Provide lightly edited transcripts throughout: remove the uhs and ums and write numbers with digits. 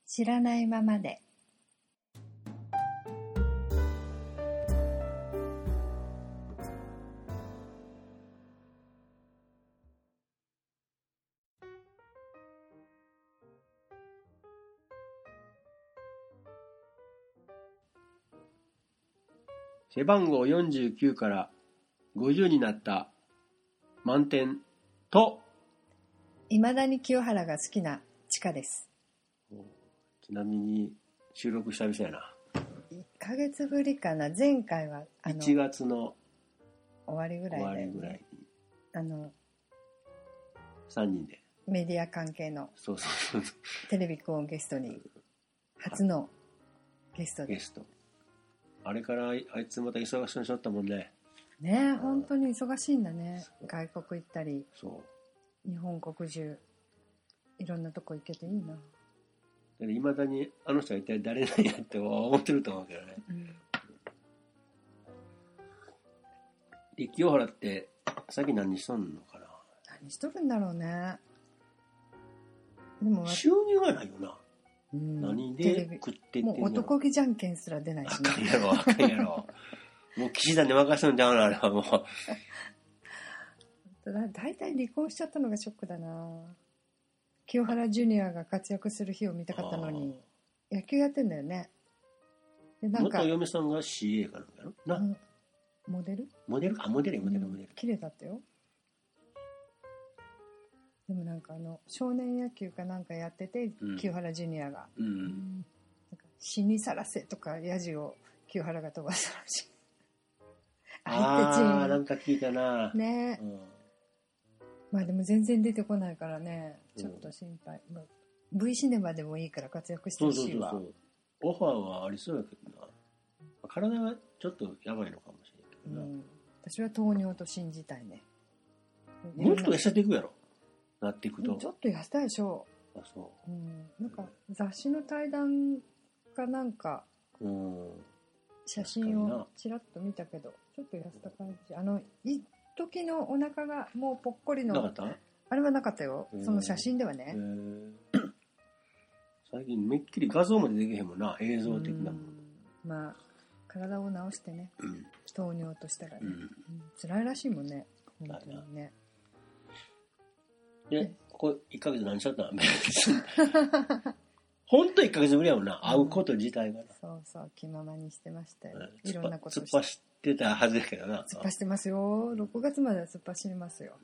知らないままで。 背番号49から50になった満点と、 未だに清原が好きなチカです。 ちなみに収録久々やな。 1ヶ月ぶりかな。前回は 1月の終わりぐらいで、 終わりぐらいに3人でメディア関係のそうそうそうテレビクオンゲストに初のゲストで、 ゲストあれからあいつまた忙しそうにしとったもんね。 ねえ、本当に忙しいんだね。外国行ったり、 そう日本国中いろんなとこ行けていいな。 いまだにあの人は一体誰なんやって思ってると思うけどね、で清原ってさっき何しとんのかな。 何しとるんだろうね。でも収入がないよな、何で食ってってんの。 もう男気じゃんけんすら出ないしね。 あかんやろあかんやろもう岸田に任せるんちゃうのあれはもうだいたい離婚しちゃったのがショックだな。清原ジュニアが活躍する日を見たかったのに野球やってんだよね。でなんか元嫁さんが CA かなんかやろな、 モデルモデル綺麗だったよ。でもなんか少年野球かなんかやってて、清原ジュニアが、なんか死にさらせとかヤジを清原が飛ばしたらしい。相手チームなんか聞いたなね、まあでも全然出てこないからね、ちょっと心配、V シネマでもいいから活躍してほしいわ。 そうオファーはありそうやけどな。体がちょっとやばいのかもしれないけどな、 私は糖尿と信じたいね。 もっと痩せていくやろなっていくと。 ちょっと痩せたいでしょ。 そう、 なんか雑誌の対談かなんか、写真をちらっと見たけどちょっと痩せた感じ。一時のお腹がもうぽっこりのなかった？ あれはなかったよ、その写真ではね。 最近めっきり画像までできへんもんな、映像的なもん。 まあ体を治してね、糖尿としたらね、辛いらしいもんね、本当にね。 で、ここ1ヶ月何しちゃったのほんと1ヶ月ぶりやもんな、会うこと自体がな。 そう気ままにしてましたよ、いろんなこと突っ走ってたはずやけどな。 突っ走ってますよ、6月までは突っ走りますよ。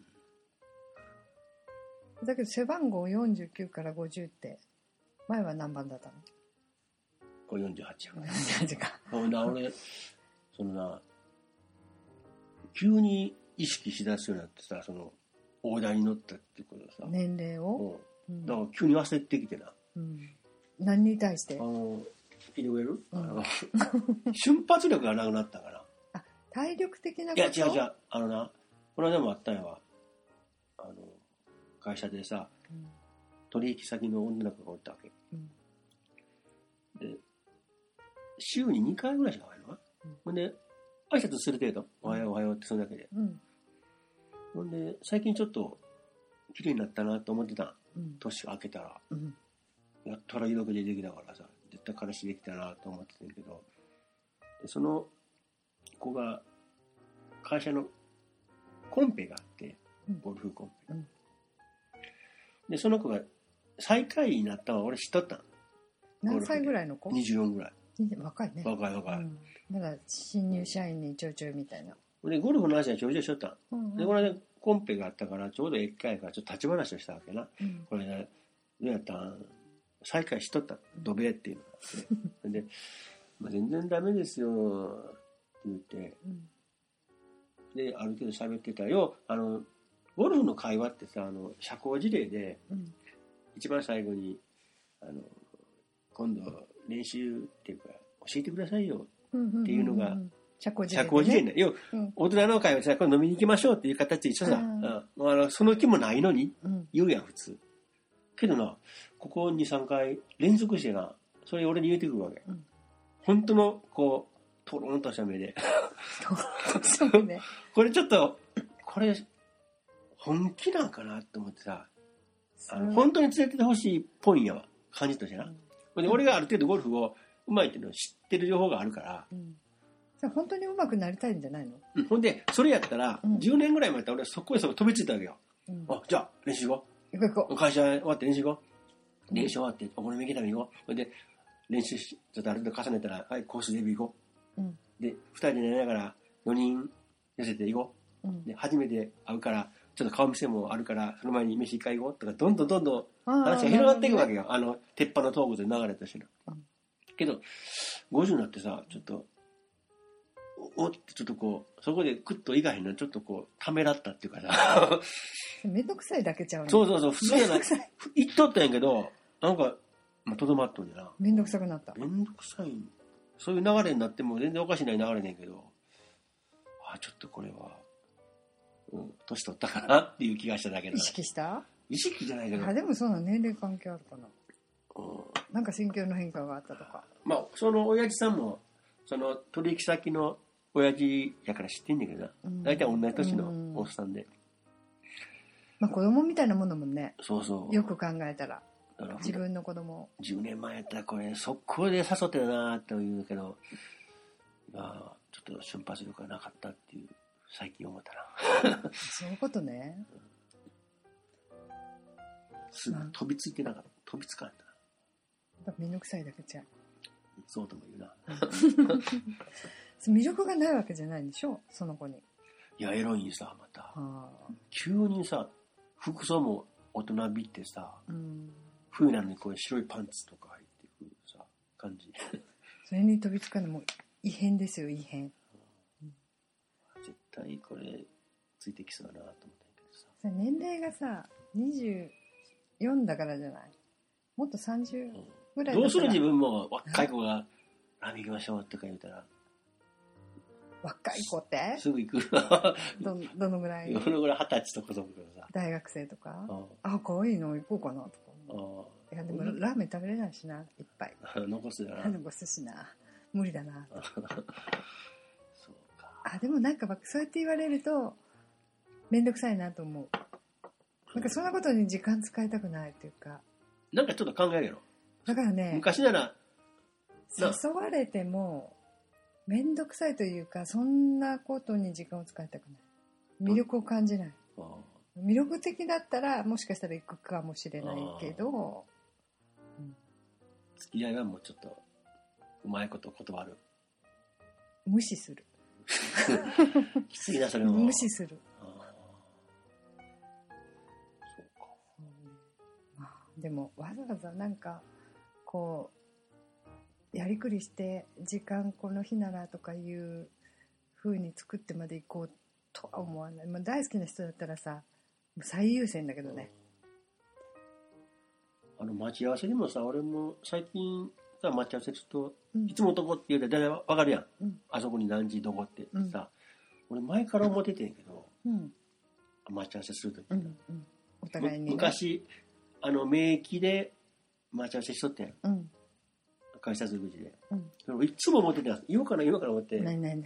だけど背番号49から50って前は何番だったの？ これ48や 48か。 俺そのな、急に意識しだすようになってさ、その大台に乗ったっていうことさ、 年齢を、 だから急に忘れてきてな、 何に対して？ 聞いてくれる？瞬発力がなくなったから。 あ、体力的なこと？ いや違うこれでもあったんやわ。会社でさ、取引先の女の子がおったわけ、で週に2回ぐらいしか会えるのか、ほんで挨拶する程度、おはようおはようってそれだけで、ほんで最近ちょっと綺麗になったなと思ってた、年明けたら、やっとら色気でできたからさ、絶対彼氏できたなと思ってたんやけど、でその子が会社のコンペがあって、ゴルフコンペ、でその子が最下位になったのは俺知っとったの。 何歳ぐらいの子 ？24ぐらい。 若いね。 若い、 まだ新入社員にちょいちょいみたいな。 でゴルフの話はちょいちょいしとったの、でこれでコンペがあったからちょうど1回からちょっと立ち話をしたわけな、これねどうやったん？最下位しとったドベっていうのがあってで、全然ダメですよって言って、である程度喋ってたよ。ゴルフの会話ってさ、社交辞令で、一番最後に今度練習っていうか教えてくださいよっていうのが社交辞令ね。要大人の会話でさ、これ飲みに行きましょうっていう形で一緒さ、その気もないのに言うやん普通。けどな、ここ 2,3 回連続してな、それ俺に言うてくるわけ、本当のこうトロンとした目でこれちょっとこれ本気なんかなって思ってさ、本当に連れててほしいっぽいんやわ、感じとしてな、 で俺がある程度ゴルフをうまいっていうのを知ってる情報があるから、 本当にうまくなりたいんじゃないの？ ほんでそれやったら、10年ぐらい前やったら俺そこへ飛びついたわけよ。じゃあ練習行こう。会社終わって練習行こう。練習終わってお好み焼き食べに行こう。ほんで練習ちょっとある程度重ねたら、はい、コースデビュー行こう。で2人で寝ながら4人寄せて行こう。で初めて会うからちょっと顔見せもあるからその前に飯一回行こうとか、どんどん話が広がっていくわけよ。鉄板のトークで流れとしてる。けど50になってさ、ちょっとおってちょっとこうそこでクッといかへんの、ちょっとこうためらったっていうかさめんどくさいだけちゃうね。 そう普通じゃない言っとったんやけど、なんかとどまっとんやな。 めんどくさくなった。 めんどくさい、そういう流れになっても全然おかしない流れねんけど、ちょっとこれは年取ったかなっていう気がしただけだ。 意識した？ 意識じゃないけど。 でもそんな年齢関係あるかな。なんか心境の変化があったとか。 その親父さんもその取引先の親父やから知ってんだけどな。大体同じ年のおっさんで。 子供みたいなものもね。 そう。 よく考えたら。自分の子供。 10年前やったらこれ速攻で誘ってるなって言うけど、ちょっと瞬発力がなかったっていう最近思ったな。 そういうことね。 すぐ飛びついてなかった。飛びつかんだ。 めんどくさいだけじゃ。 そうとも言うな。 魅力がないわけじゃないんでしょ、その子に。 いやエロいにさ、また急にさ服装も大人びってさ、冬なのにこう白いパンツとか入ってくるさ感じ。 それに飛びつかない、もう異変ですよ、異変。 絶対これついてきそうだなと思ったけどさ。 年齢がさ24だからじゃない？もっと30ぐらいだから。 どうする？自分も若い子がラーメン行きましょうとか言うたら。 若い子ってすぐ行く。 どのぐらい？ どのぐらい20歳とかと思うけどさ。 大学生とか？可愛いの行こうかなとか思う。いやでもラーメン食べれないしな、いっぱい。 残すだな。 残すしな。無理だな。 そうか。 でもなんかそうやって言われるとめんどくさいなと思う。なんかそんなことに時間使いたくないっていうか。 なんかちょっと考えるよ。 だからね。 昔なら誘われてもめんどくさいというか、そんなことに時間を使いたくない。魅力を感じない。魅力的だったらもしかしたら行くかもしれないけど、 付き合いはもうちょっとうまいこと断る。 無視する。 きついなそれも。 無視する。そうか。でもわざわざなんかこうやりくりして時間この日ならとかいう風に作ってまで行こうとは思わない。大好きな人だったらさ最優先だけどね。 待ち合わせでもさ、俺も最近さ待ち合わせすると、いつもどこって言うて大体わかるやん、あそこに何時どこってさ、俺前から思っててんけど、待ち合わせするとき、 お互いに、ね、 昔名駅で待ち合わせしとったやん、会社通口で、いつも思ってたんです。言おうかな思って。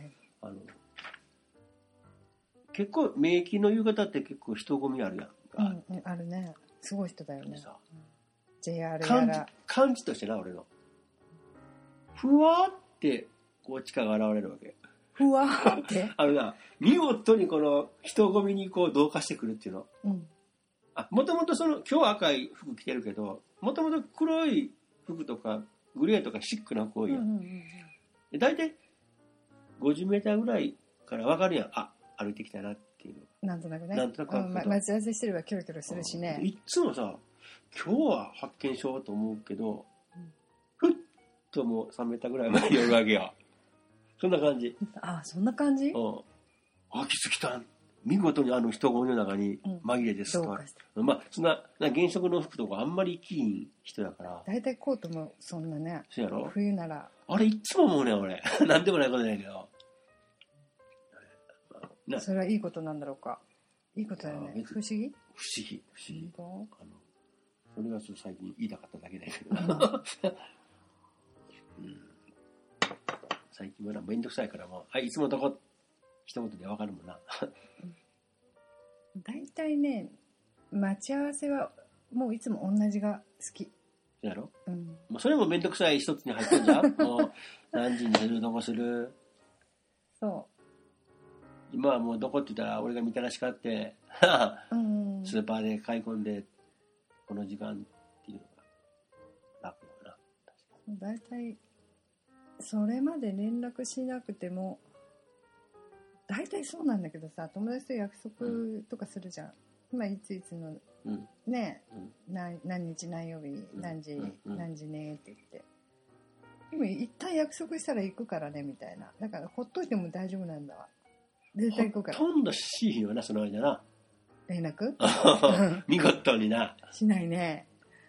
結構名駅の夕方って結構人混みあるやん。 あるね。すごい人だよね。JR やら感じとしてな、俺のふわーってこう地下が現れるわけ。 ふわーって見事にこの人混みにこう同化してくるっていうの。もともと今日赤い服着てるけど、もともと黒い服とかグレーとかシックな服多いやん。だいたい50メーターぐらいから分かるやん。歩いてきたなっていうの。 なんとなくね。 なんとなく待ち合わせしてればキョロキョロするしね。 いつもさ、今日は発見しようと思うけど、ふっともう3メーターぐらい前に寄るわけよ。そんな感じ。 そんな感じ？ 気づきた。見事に人混みの中に紛れですと。そんな原色の服とかあんまり着ん人やから。 大体コートもそんなね。 そうやろ？ 冬なら。 あれいつも思うねん俺。なんでもないことないけど。 それはいいことなんだろうか。いいことだよね。不思議。 それがちょっと最近言いたかっただけだけど、最近はめんどくさいからもう、いつもどこ一言でわかるもんな。 大体ね、待ち合わせはもういつも同じが好き。 やろ、それもめんどくさい一つに入ってんじゃん。もう何時にする、どこする。 そう今はもうどこって言ったら俺がみたらし買ってスーパーで買い込んでこの時間っていうのが楽だな。 だいたいそれまで連絡しなくてもだいたいそうなんだけどさ、友達と約束とかするじゃん。今いついつの、ね、何日何曜日何時、何時ねって言って、でも一旦約束したら行くからねみたいな。だからほっといても大丈夫なんだわ。絶対行くから。 ほとんどしいよな、その間な。 連絡見事にな。 しないね。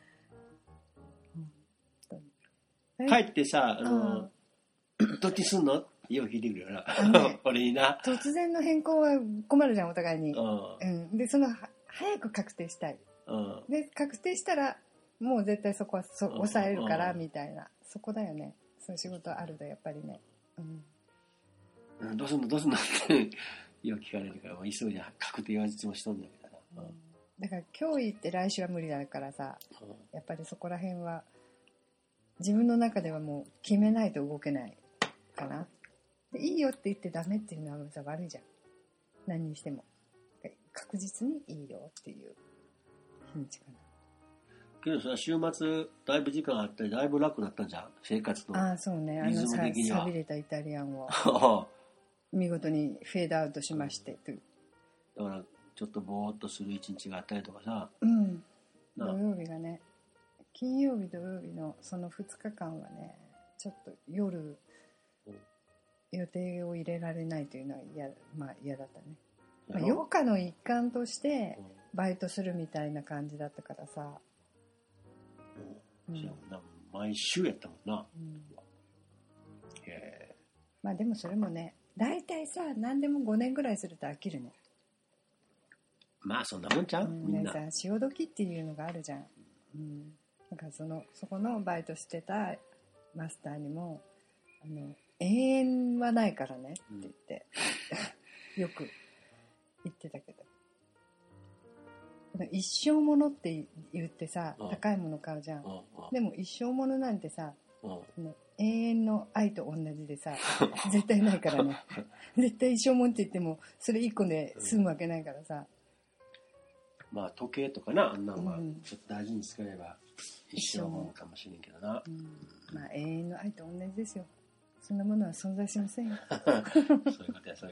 帰ってさ、どっちすんのってよく聞いてくるよな。俺にな。 突然の変更は困るじゃん、お互いに。で、早く確定したい。で、確定したら、もう絶対そこは抑えるから、みたいな。そこだよね。そういう仕事あると、やっぱりね。 どうすんのってよく聞かれるから、もう急いで確定はいつもしとんだけどな。 だから今日行って来週は無理だからさ、やっぱりそこら辺は、自分の中ではもう決めないと動けないかな。でいいよって言ってダメっていうのはさ悪いじゃん。何にしても確実にいいよっていう日にちかな。 けどさ、週末だいぶ時間あったりだいぶ楽になったんじゃん、生活のそうね、 リズム的には。 錆びれたイタリアンを見事にフェードアウトしましてという。 だからちょっとぼーっとする一日があったりとかさ、 土曜日がね、金曜日土曜日のその2日間はね、ちょっと夜予定を入れられないというのは嫌だったね。余暇の一環としてバイトするみたいな感じだったからさ。 毎週やったもんな。 まあでもそれもね、大体さ、何でも5年ぐらいすると飽きるね。 まあそんなもんちゃう、みんな。 潮時っていうのがあるじゃん。なんかそこのバイトしてたマスターにも永遠はないからねって言って、よく言ってたけど、一生ものって言ってさ、高いもの買うじゃん。でも一生ものなんてさ、永遠の愛と同じでさ、絶対ないからね。絶対一生もんって言ってもそれ一個で済むわけないからさ。 まあ時計とかな、あんなのはちょっと大事に使えば一生もんかもしれんけどな。 まあ永遠の愛と同じですよ。そんなものは存在しませんよ。 そういうことや。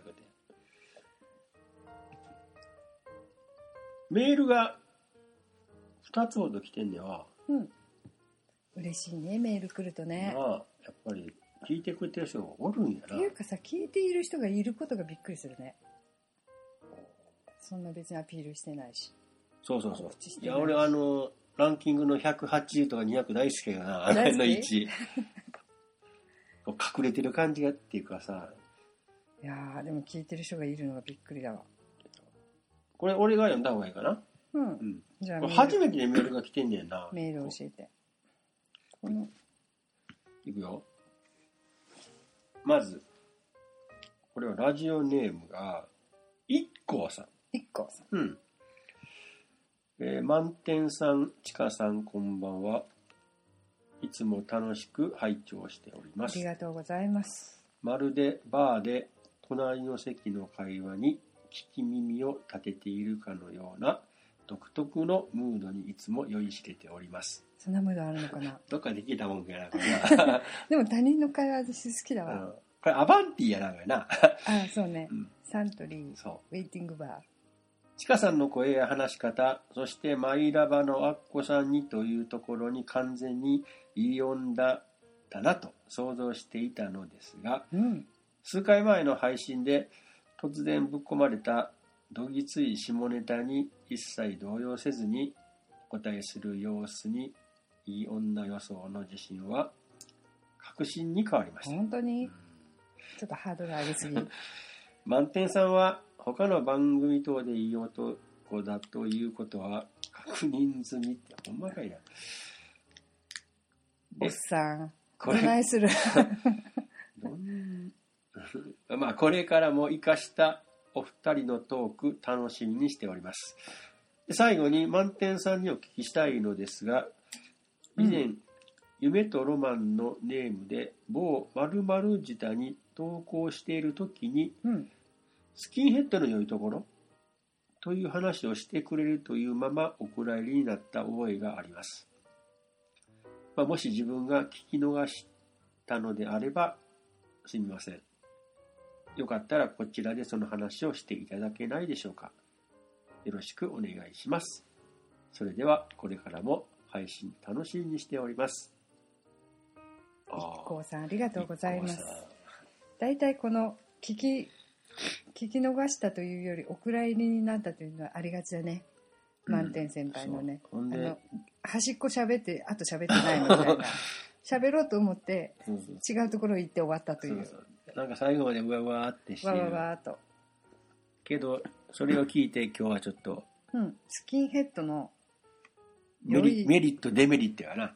メールが2つほど来てんねわ。 嬉しいね、メール来るとね。 やっぱり聞いてくれてる人がおるんやな。 っていうかさ、聞いている人がいることがびっくりするね。そんな別にアピールしてないし。 そう。いや、俺ランキングの180とか200大好きやな。あの1隠れてる感じがっていうかさ。 いやでも聞いてる人がいるのがびっくりだわ。 これ俺が読んだ方がいいかな。じゃあ初めてメールが来てんねんな。 メール教えて。 いくよ。まずこれはラジオネームがIKKOさん。満点さん、ちかさん、こんばんは。いつも楽しく拝聴しております。 ありがとうございます。 まるでバーで隣の席の会話に聞き耳を立てているかのような独特のムードにいつも酔いしれております。 そんなムードあるのかな。 どっかで聞いたもんやな、これな。 でも他人の会話私好きだわ。 これアバンティやな、これな。 そうね。サントリーウェイティングバー。 ちかさんの声や話し方、そしてマイラバのアッコさんにというところに完全に言い読んだなと想像していたのですが、数回前の配信で突然ぶっ込まれたどぎつい下ネタに一切動揺せずにお答えする様子に、いい女予想の自信は確信に変わりました。 本当に、ちょっとハードル上げすぎ。 満点さんは他の番組等でいい男だということは確認済みってほんまかいな。 おっさん、どないする。 まあこれからも生かしたお二人のトーク楽しみにしております。で最後に満点さんにお聞きしたいのですが、 以前、夢とロマンのネームで某〇〇舌に投稿している時に、スキンヘッドの良いところという話をしてくれるというままお蔵入りになった覚えがあります。もし自分が聞き逃したのであればすみません。よかったらこちらでその話をしていただけないでしょうか。よろしくお願いします。それではこれからも配信楽しみにしております。 IKKOさんありがとうございます。だいたいこの聞き逃したというよりお蔵入りになったというのはありがちだね。満点先輩のね、端っこ喋ってあと喋ってないみたいな喋ろうと思って違うところ行って終わったという。 なんか最後までわわーってしてる。 わわーっと。 けどそれを聞いて今日はちょっと、 スキンヘッドのメリットデメリットやな、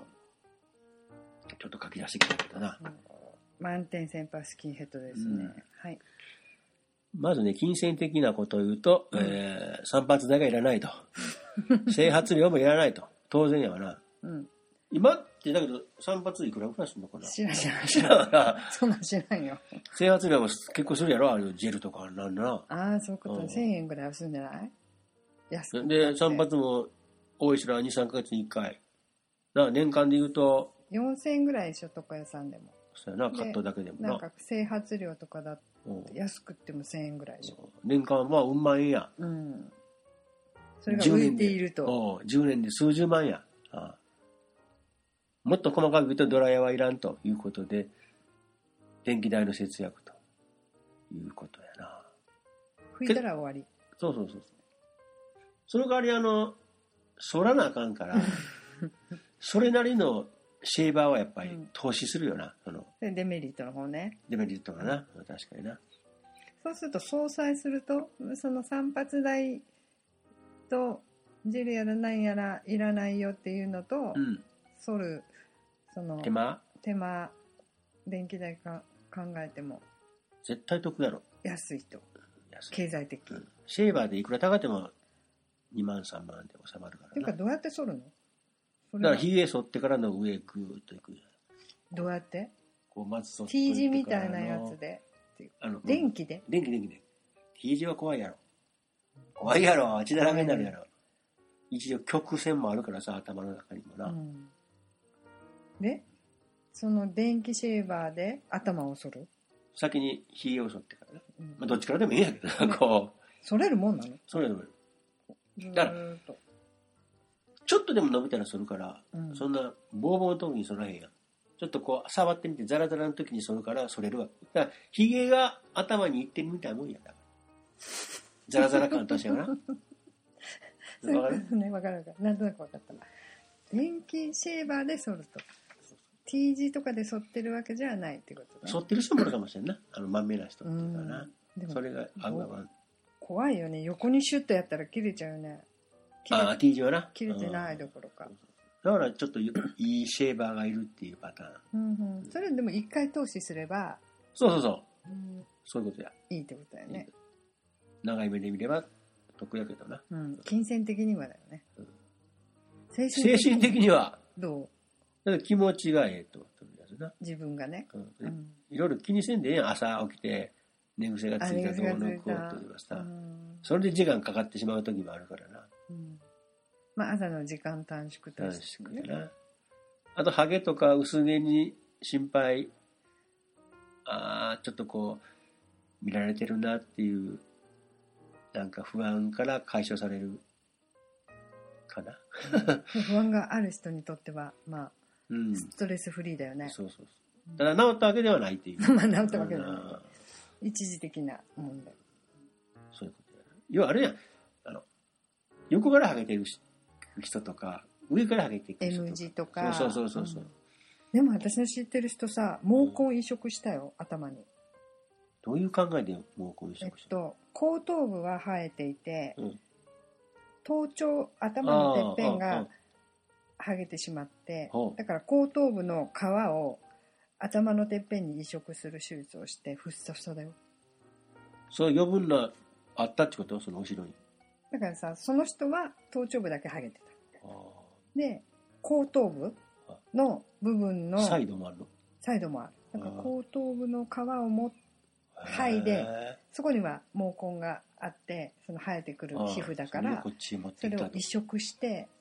ちょっと書き出してきたけどな、 満点先輩スキンヘッドですね、はい。 まずね、金銭的なことを言うと、散髪代がいらないと整髪料もいらないと当然やわな、今ってだけど散髪いくらぐらいするのかな。 知らんそんなん知らんよ。 整髪料も結構するやろ、あれジェルとかなんだな。 ああそういうこと、1000円ぐらいはするんじゃない。安くで散髪も多いしら 2,3 ヶ月に1回年間で言うと 4000円ぐらいでしょ、床屋さんでも。 そうやな、カットだけでもな。 なんか整髪料とかだって安くっても1000円ぐらいでしょ。 年間まあうん万円や。 それが浮いていると。 10年で数十万や。もっと細かく言うとドライヤーはいらんということで、電気代の節約ということやな。 拭いたら終わり。 そう。その代わり剃らなあかんからそれなりのシェーバーはやっぱり投資するよな、 デメリットの方ね。 デメリットがな、確かにな。 そうすると相殺するとその散髪代とジェルやらなんやらいらないよっていうのと、剃るその手間電気代か考えても絶対得やろ。 安いと経済的、 シェーバーでいくら高くても2万3万で収まるからな。 っていうかどうやって剃るの。 だからひげ剃ってからの上グーッといく。 どうやってこうまず剃って T 字みたいなやつで電気で T 字は怖いやろ血だらけになるやろ。一応曲線もあるからさ、頭の中にもな、でその電気シェーバーで頭を剃る。 先にひげを剃ってからね、どっちからでもいいんやけどな、こう剃れるもんなの。 剃れるだからちょっとでも伸びたら剃るから、そんなボーボーの時に剃らへんやん。ちょっとこう触ってみてザラザラの時に剃るから剃れるわけだから、ひげが頭にいってるみたいなもんやだからザラザラ感としてはなわかるね、わかるなんとなく分かった。電気シェーバーで剃ると T 字とかで剃ってるわけじゃないってことね。 剃ってる人もいるかもしれんな、まんめな人っていうかな、それが怖いよね。横にシュッとやったら切れちゃうよね。 T 字はな切れてないどころか、 だからちょっといいシェーバーがいるっていうパターン、 それでも一回投資すればそういうことや。 いいってことだよね。 長い目で見れば得やけどな、 金銭的にはだよね、 精神的にはどう。 だから気持ちがええと自分がね、 いろいろ気にせんでええやん。朝起きて寝癖がついたどうのこうと言いますか、それで時間かかってしまう時もあるからな、 朝の時間短縮としてね。あとハゲとか薄毛に心配、ちょっとこう見られてるなっていうなんか不安から解消されるかな不安がある人にとってはストレスフリーだよね。 ただ治ったわけではないっていう治ったわけではない、一時的な問題。 そういうことや。要はあれやん、横からハゲてる人とか上からハゲていく人とか M 字とか。 そう、 でも私の知ってる人さ、毛根移植したよ、頭に。 どういう考えで毛根移植した？ 後頭部は生えていて、頭頂、頭のてっぺんがハゲてしまって、だから後頭部の皮を頭のてっぺんに移植する手術をしてふっさふさだよ。 そう余分なあったってこと？その後ろに。 だからさ、その人は頭頂部だけハゲてた。で後頭部の部分のサイドもあるの？ サイドもある。なんか後頭部の皮を剥いで、そこには毛根があって、その生えてくる皮膚だから、それを移植して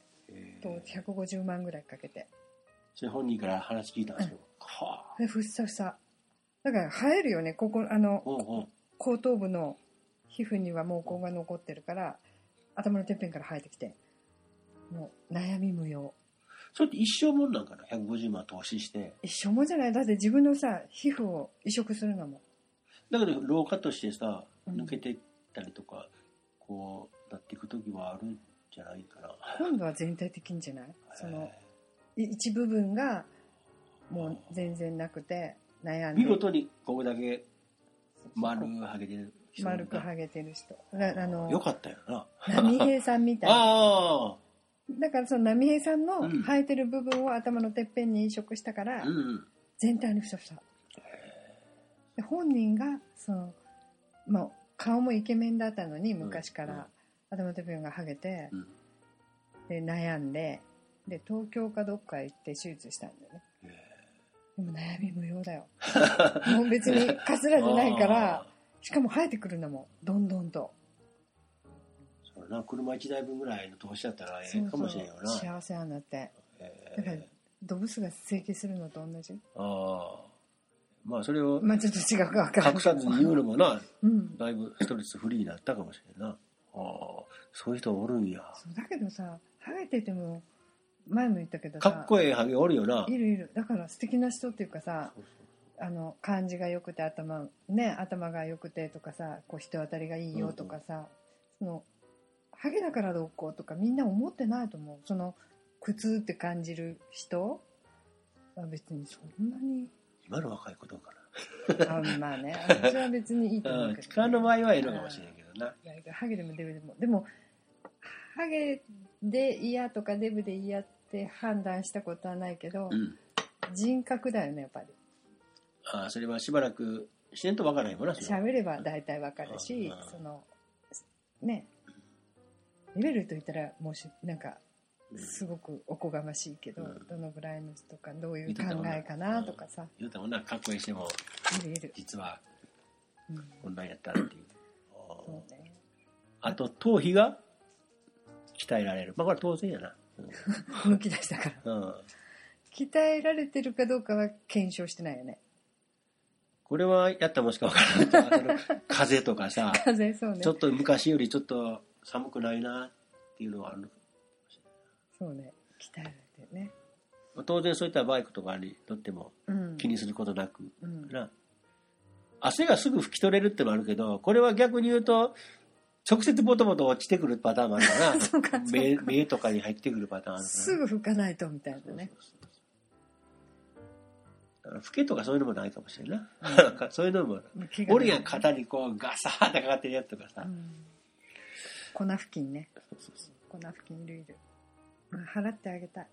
、150万ぐらいかけて。 それ本人から話聞いたんですよ。 はあ。ふっさふさ。だから生えるよね。ここ後頭部の皮膚には毛根が残ってるから、頭のてっぺんから生えてきて、もう悩み無用。 それって一生もんなんかな、150万投資して。 一生もんじゃない。だって自分のさ、皮膚を移植するのも。 だけど老化としてさ、抜けていったりとか、こうなっていく時はあるんじゃないかな。 今度は全体的にじゃない？その一部分がもう全然なくて悩んで。 見事にここだけ丸くハゲてる人。 丸くハゲてる人。 よかったよな。 波平さんみたいな。 ああ。 だからその波平さんの生えてる部分を頭のてっぺんに移植したから、全体にふさふさ。本人がまあ、顔もイケメンだったのに昔から頭のてっぺんがハゲて、で悩んで東京かどっか行って手術したんだよね。でも悩み無用だよ。もう別にかすらじゃないからしかも生えてくるのもどんどんと。 そうな、車1台分ぐらいの投資だったらええかもしれんよな。 幸せなんだって。だからドブスが整形するのと同じ。 ああ。まあそれをまあちょっと違うか分から隠さずに言うのもな、だいぶストレスフリーになったかもしれんな。そういう人おるんや。 そうだけどさ、ハゲてても前も言ったけどさ、 かっこいいハゲおるよな。 いるいる。だから素敵な人っていうかさ、感じが良くて頭が良くてとかさ、こう人当たりがいいよとかさ、そのハゲだからどうこうとかみんな思ってないと思う。その苦痛って感じる人は別にそんなに。 今の若い子どうかな。まあね、私は別にいいと思うけど、ね。 力の場合はいいのかもしれんけどな。 ハゲでもデブでも。でも、ハゲで嫌とかデブで嫌って判断したことはないけど、人格だよね、やっぱり。 それはしばらくしてんと分からへんもんな。 喋れば大体分かるし、ね、レベルといったら、もうなんか、すごくおこがましいけど、どのぐらいの人かどういう考えかなとかさ、 言うたもんな、かっこいいしてもいる実はこんなんやったらっていう、そうね、あと頭皮が鍛えられる。まあこれ当然やな、 むき出したから、鍛えられてるかどうかは検証してないよね。 これはやったもしか分からない風邪とかさ風邪、そうね、 ちょっと昔よりちょっと寒くないなっていうのはある。 そうね、鍛えられてるね。 当然そういったバイクとかに乗っても気にすることなく、汗がすぐ拭き取れるってのもあるけど、これは逆に言うと直接ボトボト落ちてくるパターンもあるから目とかに入ってくるパターンあるから、 すぐ拭かないとみたいなね。 だから拭けとかそういうのもないかもしれんな、そういうのも俺や肩にこうガサーってかかってるやつとかさ、 粉布巾ね。粉布巾いるいる。払ってあげたい。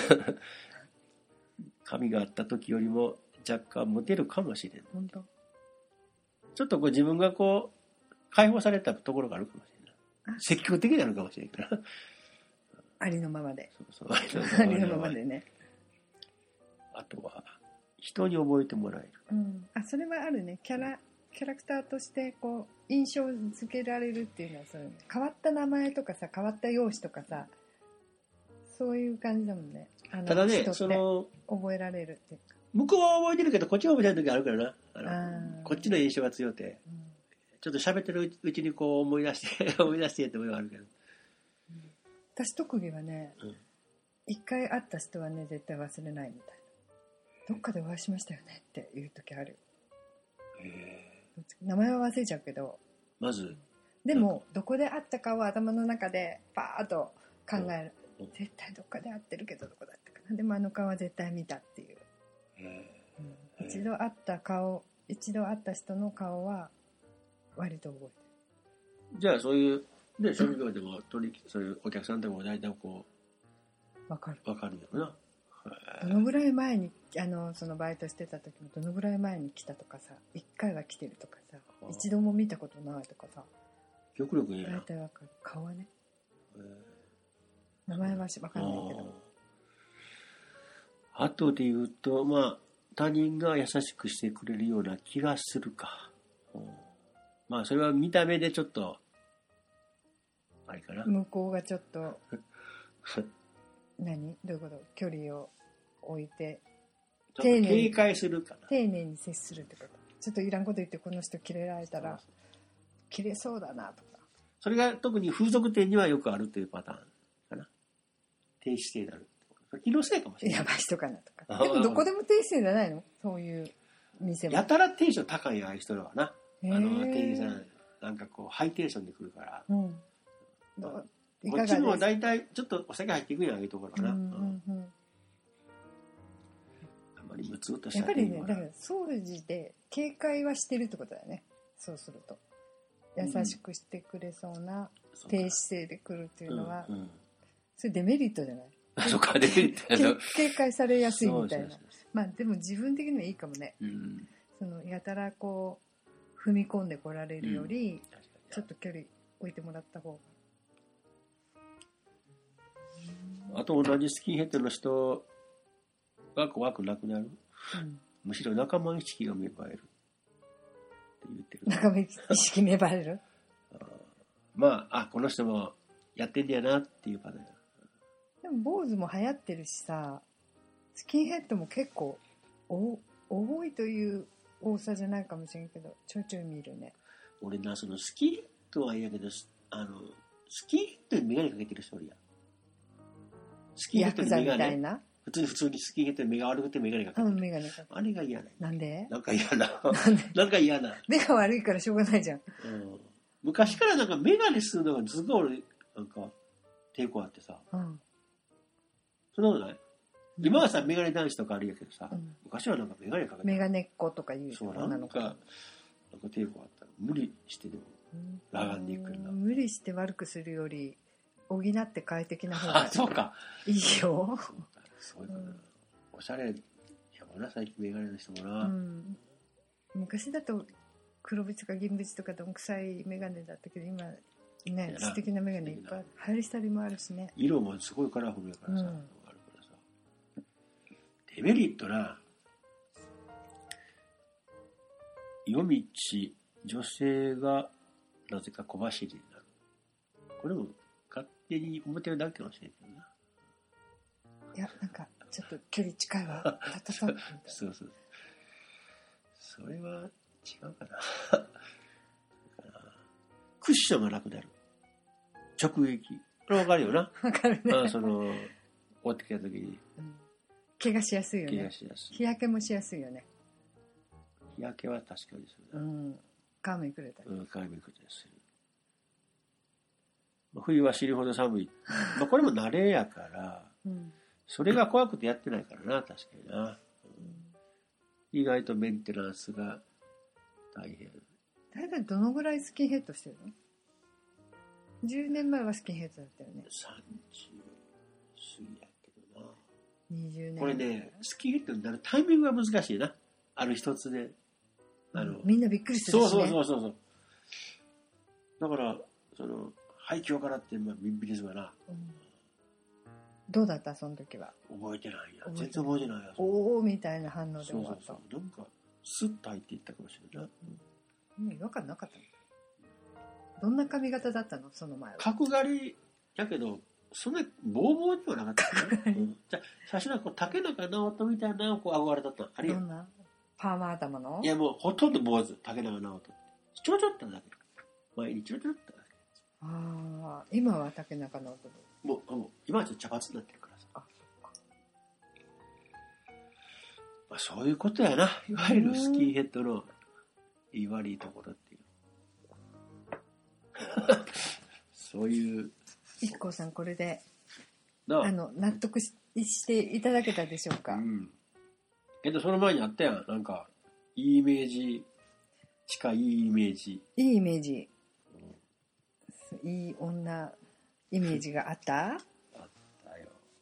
髪があった時よりも若干モテるかもしれん。 本当。 ちょっとこう自分がこう解放されたところがあるかもしれない。積極的になるかもしれんから。 ありのままで。 そうありのままでね。 あとは人に覚えてもらえる。 それはあるね。キャラクターとしてこう印象付けられるっていうのはそういう、ね、変わった名前とかさ、変わった容姿とかさ、そういう感じだもんね。 ただね、 覚えられるっていうか、 向こうは覚えてるけどこっちは覚えてる時あるからな。こっちの印象が強くて、ちょっと喋ってるうちにこう思い出してって思いはあるけど、 私特技はね、一回会った人はね絶対忘れないみたいな。どっかでお会いしましたよねっていう時ある。名前は忘れちゃうけど、 まずでもどこで会ったかを頭の中でパーッと考える。絶対どっかで会ってるけどどこだったかな。でもあの顔は絶対見たっていう。一度会った人の顔は割と覚えてる。 じゃあそういうね、職業でもそういうお客さんでも大体こう分かるよな。 どのぐらい前にそのバイトしてた時もどのぐらい前に来たとかさ、1回は来てるとかさ、一度も見たことないとかさ、 極力いいな。 大体分かる。顔はね、名前は分かんないけど。 あとで言うと、まあ、他人が優しくしてくれるような気がするか。まあ、それは見た目でちょっと、あれかな。 向こうがちょっと、何どういうこと距離を置いて、 丁寧に警戒するかな。 丁寧に接するってこと。ちょっといらんこと言ってこの人キレられたら、キレそうだなとか。 それが特に風俗店にはよくあるというパターンかな。低姿勢になる。気のせいかもしれない。 やばい人かなとか。でもどこでも低姿勢じゃないのそういう店も。 やたらテンション高いああいう人らはな。店員さん、なんかこう、ハイテンションで来るから。こっちも大体ちょっとお酒入っていくんや、ああいうところかな。あんまりムツっとしたやっぱりね、だから掃除で警戒はしてるってことだよね。そうすると。優しくしてくれそうな低姿勢で来るっていうのは、それデメリットじゃないそうか、デメリット警戒されやすいみたいな。まあでも自分的にはいいかもね。そのやたらこう踏み込んでこられるより、ちょっと距離置いてもらった方が。 あと同じスキンヘッドの人が怖くなくなる。むしろ仲間意識が芽生える。って言ってる。 仲間意識芽生えるまあ、この人もやってんだよなっていうパターン。 でも坊主も流行ってるしさ、スキンヘッドも結構多いという多さじゃないかもしれんけど、ちょいちょい見るね。 俺な、そのスキンヘッドはいいやけど、スキンヘッドにメガネかけてる人おるやん。スキンヘッドにメガネ。普通にスキンヘッドに目が悪くてメガネかけてる。 メガネかけてる。 あれが嫌だ。 なんで？ なんか嫌な。なんか嫌な。 目が悪いからしょうがないじゃん。 昔からなんかメガネするのがずっと俺、なんか、抵抗あってさ。そんなことない？今はさ、メガネ男子とかあるやけどさ、昔はなんかメガネかけてメガネっ子とか言うそうなんか抵抗あったら無理してでも裸眼でいくんだ。 無理して悪くするより補って快適な方がそうかいいよ。 そういうかな、おしゃれやもんな最近メガネの人もな、 昔だと黒縁とか銀縁とかどんくさいメガネだったけど今ね素敵なメガネいっぱい流行りしたりもあるしね。 色もすごいカラフルやからさ、デメリットな、夜道女性がなぜか小走りになる。これも勝手に思ってるだけかもしれんけどな。 いやなんかちょっと距離近いわ。 そうそれは違うかな。クッションがなくなる。直撃。これわかるよな。 わかるね。 追ってきた時に。 怪我しやすいよね。 怪我しやすい。 日焼けもしやすいよね。 日焼けは確かにするな。 皮めくれたり。 皮めくれたりする。冬は死ぬほど寒い。これも慣れやから、それが怖くてやってないからな、確かにな。意外とメンテナンスが大変。 大体どのぐらいスキンヘッドしてるの？ 10 年前はスキンヘッドだったよね。 30過ぎやけどな。 20年。 これね、スキンヘッドになるタイミングが難しいな。ある一つで。 みんなびっくりするしね。 そう。だから、廃墟からって、ビンビリズムやな。 どうだったその時は。 覚えてないや。全然覚えてないや。 おーみたいな反応で終わった。 そう。なんか、スッと入っていったかもしれない。 違和感なかったの？どんな髪型だったのその前は。 角刈りやけど、そんなボーボーにはなかった。じゃあ、最初は竹中直人みたいなこう憧れだった。あれどんなパーマ頭の？ いやもうほとんど坊主、竹中直人。ちょろちょろってだけ。前にちょろちょろってだけ。 ああ、今は竹中直人。 もう今はちょっと茶髪になってるからさ。そういうことやな。いわゆるスキンヘッドのいい悪いところっていう。そういう。 IKKOさんこれで納得していただけたでしょうか。 けどその前にあったやん。なんかいいイメージ近いイメージ。 いいイメージ。いい女イメージがあった？あったよ。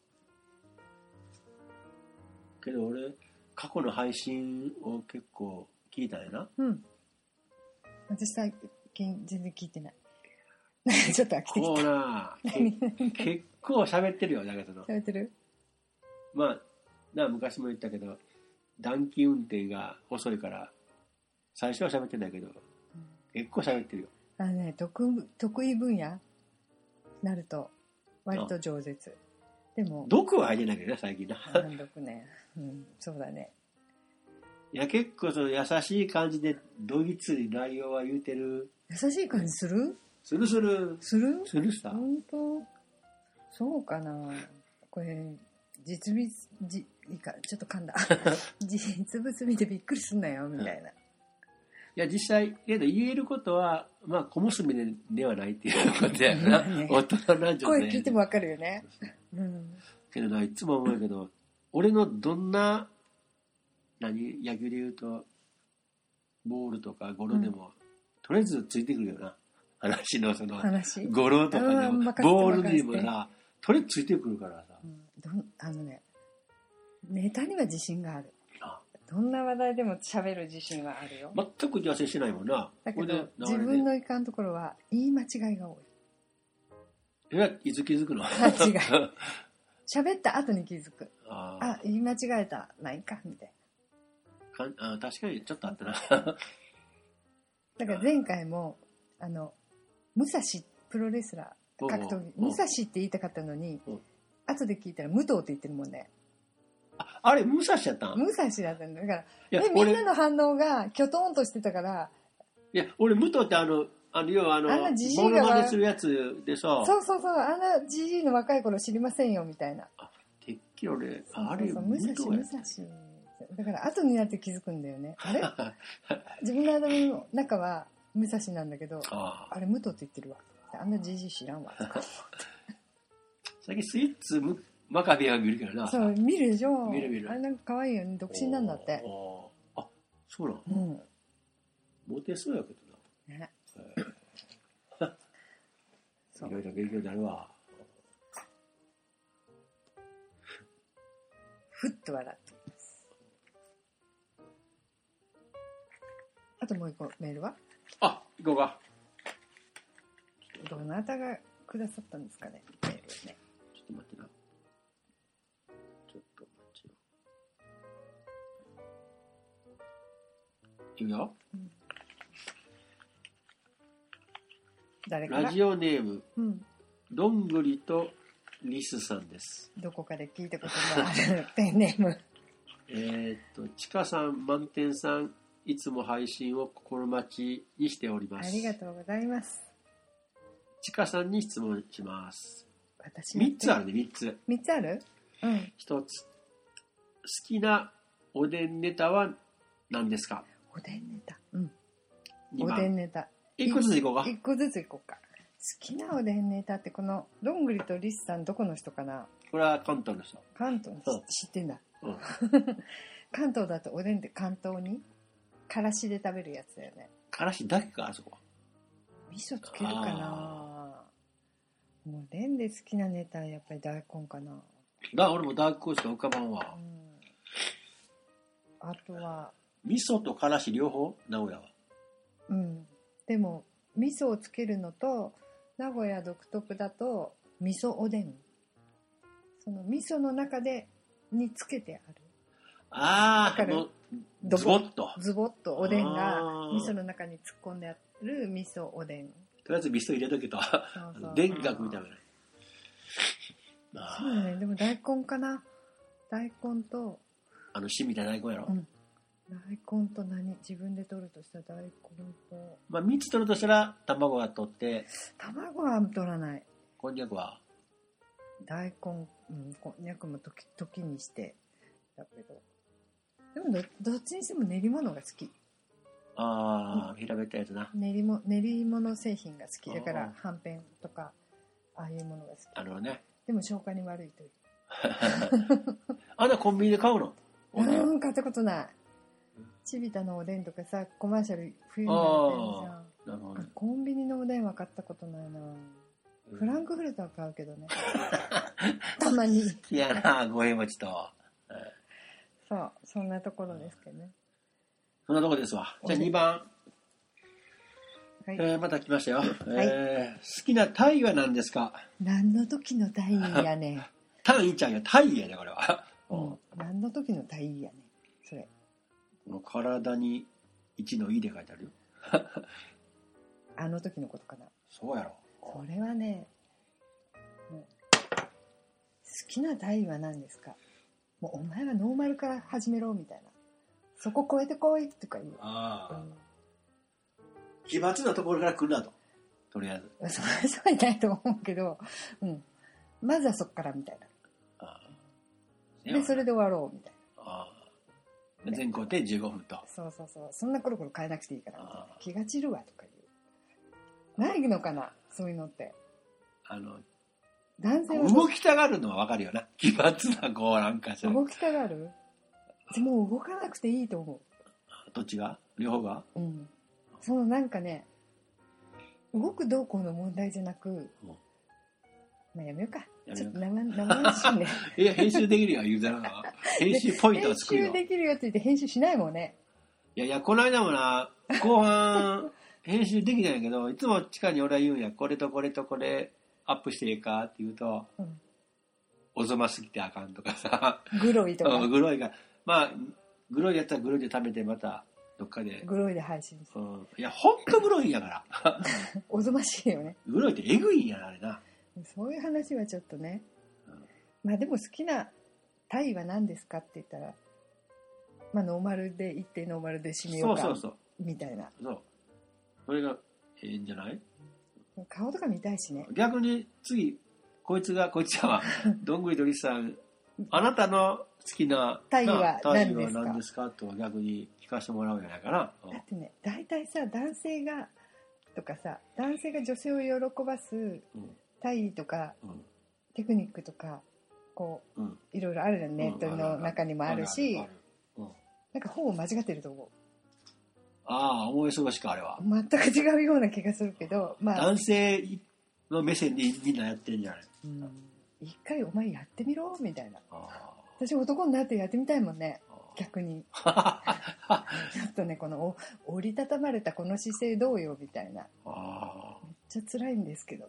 けど俺過去の配信を結構聞いたんやな。 私最近全然聞いてない。ちょっと飽きてきた。 こうな結構喋ってるよだけど。 喋ってる？ 昔も言ったけど暖気運転が遅いから最初は喋ってないけど、結構喋ってるよ。 得意分野なると割と饒舌。でも毒は入れないけどね最近な。 毒ね、そうだね。 いや結構その優しい感じでどぎつい内容は言うてる。 優しい感じする？ するさ。 本当？そうかな。これ実物ちょっと噛んだ。実物見てびっくりすんなよみたいな。 いや実際けど言えることはまあ小娘ではないっていうことやな、ね、大人なんじゃね。 声聞いてもわかるよね。 けどないつも思うけど俺のどんな野球で言うとボールとかゴロでも、とりあえずついてくるよな。話のそのゴロとかでもボールにもさとりあえずついてくるからさ。 ネタには自信がある。どんな話題でも喋る自信はあるよ。 全く打ち合わせしてないもんな。 だけど自分のいかんところは言い間違いが多い。 いつ気づくの？ 間違い。喋った後に気づく。言い間違えた。ないかみたいな。確かにちょっとあったな。 だから前回も武蔵プロレスラー格闘技武蔵って言いたかったのに後で聞いたら武藤って言ってるもんね。 あれ武蔵やったん？ 武蔵だったんだ。だからみんなの反応がキョトンとしてたから。 いや俺武藤って要はモノマネするやつでさ。 そうあんなジジイの若い頃知りませんよみたいな。 てっきり俺あれ武蔵だから後になって気づくんだよね。あれ自分の頭の中は武蔵なんだけどあれ武藤って言ってるわ。あんなジジイ知らんわ。 最近スイッツマカビは見るけどな。 そう見るでしょ。 見る。 あれなんか可愛いよね。独身なんだって。 そうなの？モテそうやけどな。ね。いろいろ勉強になるわ。 ふっと笑っています。あともう一個メールは？行こうか。 どなたがくださったんですかね、メールね。 ちょっと待ってな。いいよ。 誰から？ ラジオネーム、どんぐりとリスさんです。 どこかで聞いたことのあるペンネーム。 ちかさん、満点さん、いつも配信を心待ちにしております。 ありがとうございます。 ちかさんに質問します。3つあるね、3つ。 3つある ？1つ。好きなおでんネタは何ですか？ おでんネタ。おでんネタ。 1個ずついこうか。 1個ずついこうか。好きなおでんネタってこのどんぐりとリスさんどこの人かな？ これは関東の人。 関東の人知ってんだ。関東だとおでんって関東にからしで食べるやつだよね。 からしだけかあそこ。 味噌つけるかな？おでんで好きなネタはやっぱり大根かな。 俺も大根しか浮かばんわ。 あとは味噌とからし両方？名古屋は。 でも味噌をつけるのと名古屋独特だと味噌おでん。その味噌の中でにつけてある。ズボッとおでんが味噌の中に突っ込んである味噌おでん。 とりあえず味噌入れとけと。田楽みたいな。そうね。でも大根かな。大根と芯みたいな大根やろ。 大根と自分で取るとしたら大根と。 3つ取るとしたら卵は取って。 卵は取らない。 こんにゃくは。 大根、こんにゃくも時にしてだけど。でもどっちにしても練り物が好き。 平べったいやつな。 練り物製品が好きだからはんぺんとかああいうものが好き。 ね。 でも消化に悪いという。 あんなコンビニで買うの？ 買ったことない。チビタのおでんとかさコマーシャル冬にやってるじゃん。なるほど。コンビニのおでんは買ったことないな。フランクフルトは買うけどね。たまに。 好きやな五平餅と。 そうそんなところですけどね。 そんなとこですわ。じゃあ2番。また来ましたよ。好きなタイは何ですか？ 何の時のタイやね。 タイちゃんやタイやねこれは。 何の時の大意やねそれ。 この体に1の「い」で書いてあるよ。 あの時のことかな。 そうやろ。 これはね、もう好きな大意は何ですか。もうお前はノーマルから始めろみたいな。そこ超えてこいとか言う。 ああ、奇抜なところから来るなと。とりあえず。 そういないと思うけど、うん。まずはそこからみたいな。 あで、それで終わろうみたいな。 ああ。全工程15分と。 そうそうそう。そんなコロコロ変えなくていいからみたいな。気が散るわとか言う。ないのかなそういうのって。男性は動きたがるのはわかるよな。奇抜なこうなんかさ。 動きたがる？もう動かなくていいと思う。 どっちが？両方が？ うん。そのなんかね、動くどうこうの問題じゃなく、まあやめようか。ちょっと生々しいね。 いや、編集できるよ、言うたらな。編集ポイントは作るよ。 編集できるよって言って編集しないもんね。 いや、この間もな、後半、編集できないけど、いつも地下に俺は言うんや、これとこれとこれアップしていいかって言うと、おぞますぎてあかんとかさ。 グロいとか。 グロいが、まあ、グロいやったらグロいで食べてまた、どっかで。 グロいで配信する。 いや、ほんとグロいんやから。 おぞましいよね。 グロいってエグいんやな、あれな。 そういう話はちょっとね。まあでも好きなタイは何ですかって言ったら、まあノーマルで行ってノーマルで締めようか。そうみたいな。 そう。それがええんじゃない？ 顔とか見たいしね。 逆に次、こいつは、どんぐりとりさん、あなたの好きなタイは何ですかと逆に聞かせてもらうんじゃないかな。 だってね、大体さ、男性が女性を喜ばすタイとか、テクニックとか、こう、いろいろあるじゃん、ネットの中にもあるし、なんかほぼ間違ってると思う。 ああ、思い過ごしか、あれは。 全く違うような気がするけど、まあ。 男性の目線でみんなやってるんじゃない？ 一回お前やってみろみたいな。私男になってやってみたいもんね、逆に。ちょっとね、この折りたたまれたこの姿勢どうよみたいな。めっちゃ辛いんですけど。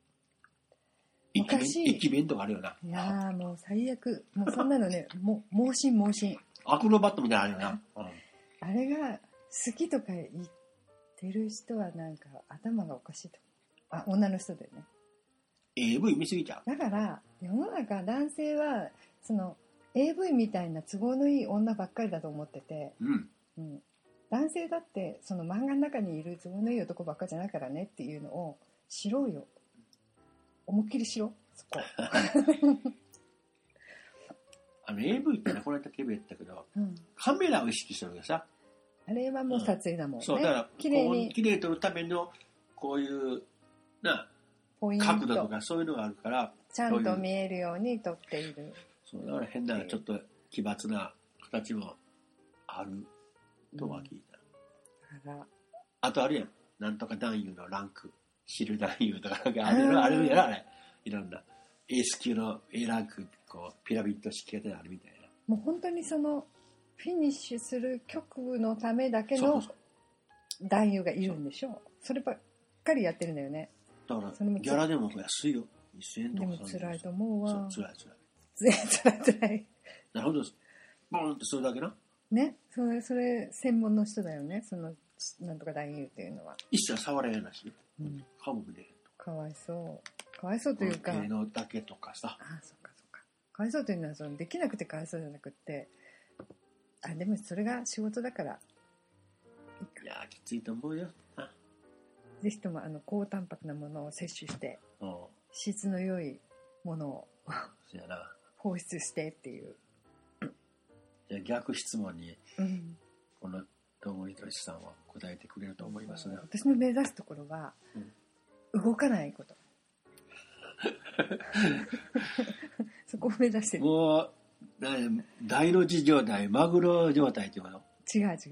駅弁とかあるよな。 いやーもう最悪。もうそんなのね、盲信。 アクロバットみたいなのあるよな。 あれが好きとか言ってる人はなんか頭がおかしいと。女の人でね。 AV 見すぎちゃう。 だから世の中男性はその AV みたいな都合のいい女ばっかりだと思ってて、男性だってその漫画の中にいる都合のいい男ばっかりじゃないからねっていうのを知ろうよ。思いっきりしろそこ。 AV ってね、この間ケビ言ったけど、カメラを意識してるけどさ。 あれはもう撮影だもんね。 そう、だから綺麗に撮るためのこういう角度とかそういうのがあるから、 ちゃんと見えるように撮っている。 そうだから変なちょっと奇抜な形もあるとは聞いた。あとあるやん、なんとか男優のランク、知る男優とかなんかあれやらあれ、いろんな S 級の A ランクこうピラミッド式であるみたいな。 もう本当にそのフィニッシュする曲のためだけの男優がいるんでしょ。そればっかりやってるんだよね。 だからギャラでも安いよ。2000円とか。 でも辛いと思うわ。 辛い。 辛い。 なるほど。ボンってそれだけな。 ね、それ専門の人だよね。そのなんとか男優っていうのは。 一切触れないしね。顔も出へんと。 かわいそう。かわいそうというか。 芸能だけとかさ。 そっか。かわいそうというのはそのできなくてかわいそうじゃなくって。でもそれが仕事だから。 いやきついと思うよ。 ぜひとも高タンパクなものを摂取して質の良いものを放出してっていう。 じゃあ逆質問に、このどんぐりとりさんは答えてくれると思いますね。 私の目指すところは、動かないこと。そこを目指してる。 もう大の字状態、マグロ状態っていうの？ 違う。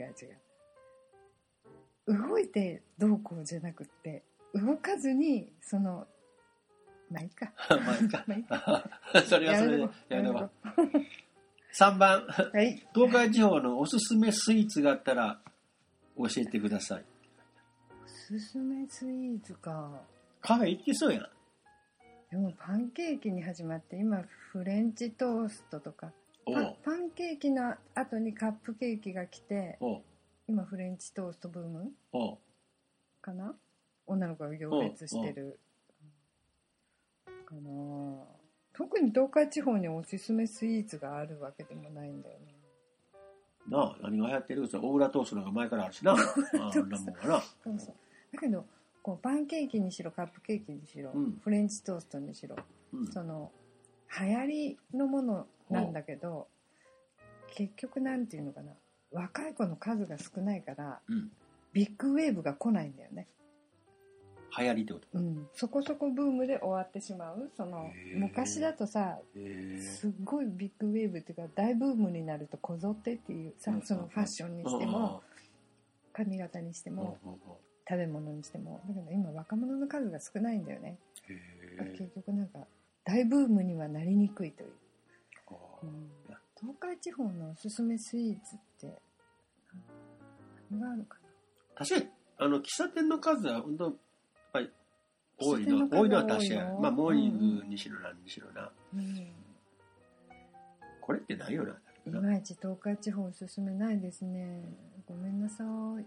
動いてどうこうじゃなくって動かずにまあいいかそれはそれでやめば。3番、東海地方のおすすめスイーツがあったら教えてください。 おすすめスイーツか。 カフェ行ってそうやん。 でもパンケーキに始まって今フレンチトーストとかパンケーキの後にカップケーキが来て、今フレンチトーストブームかな、女の子が行列してるかな。特に東海地方におすすめスイーツがあるわけでもないんだよね。 なあ、何が流行ってる？大浦トーストなんか前からあるしな。そうだけどこうパンケーキにしろカップケーキにしろ、フレンチトーストにしろ、その流行りのものなんだけど、結局なんていうのかな、若い子の数が少ないから、ビッグウェーブが来ないんだよね。 流行りってこと？ そこそこブームで終わってしまう。その昔だとさ、すっごいビッグウェーブっていうか大ブームになるとこぞってっていうさ、そのファッションにしても髪型にしても食べ物にしても、だけど今若者の数が少ないんだよね。結局なんか大ブームにはなりにくいという。東海地方のおすすめスイーツって何があるかな。確かに喫茶店の数は本当やっぱり多いのは確かに。まあモーニングにしろ何にしろな。これってないよな。 いまいち東海地方おすすめないですね。ごめんなさい。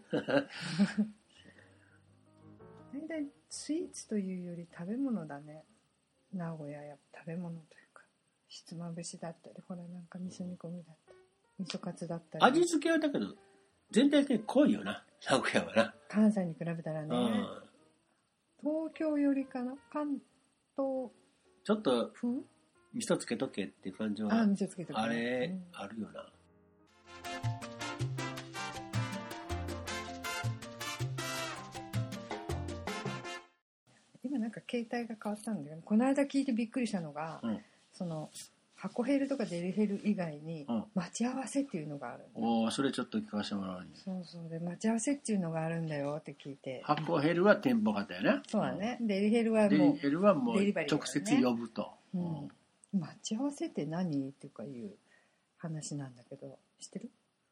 大体スイーツというより食べ物だね。名古屋や食べ物というか、ひつまぶしだったり、ほらなんか味噌煮込みだったり、味噌カツだったり。 味付けはだけど全体的に濃いよな、名古屋はな。 関西に比べたらね。東京よりかな、関東ちょっと味噌つけとけっていう感じは味噌つけとけ、 あれ、あるよな。 今なんか携帯が変わったんだよね。この間聞いてびっくりしたのが、その箱ヘルとかデリヘル以外に待ち合わせっていうのがあるんだ。 それちょっと聞かせてもらうに。 そうで、待ち合わせっていうのがあるんだよって聞いて。 箱ヘルは店舗型やね。 そうだね。デリヘルはもうデリバリー、直接呼ぶと。 待ち合わせって何っていうかいう話なんだけど、知ってる？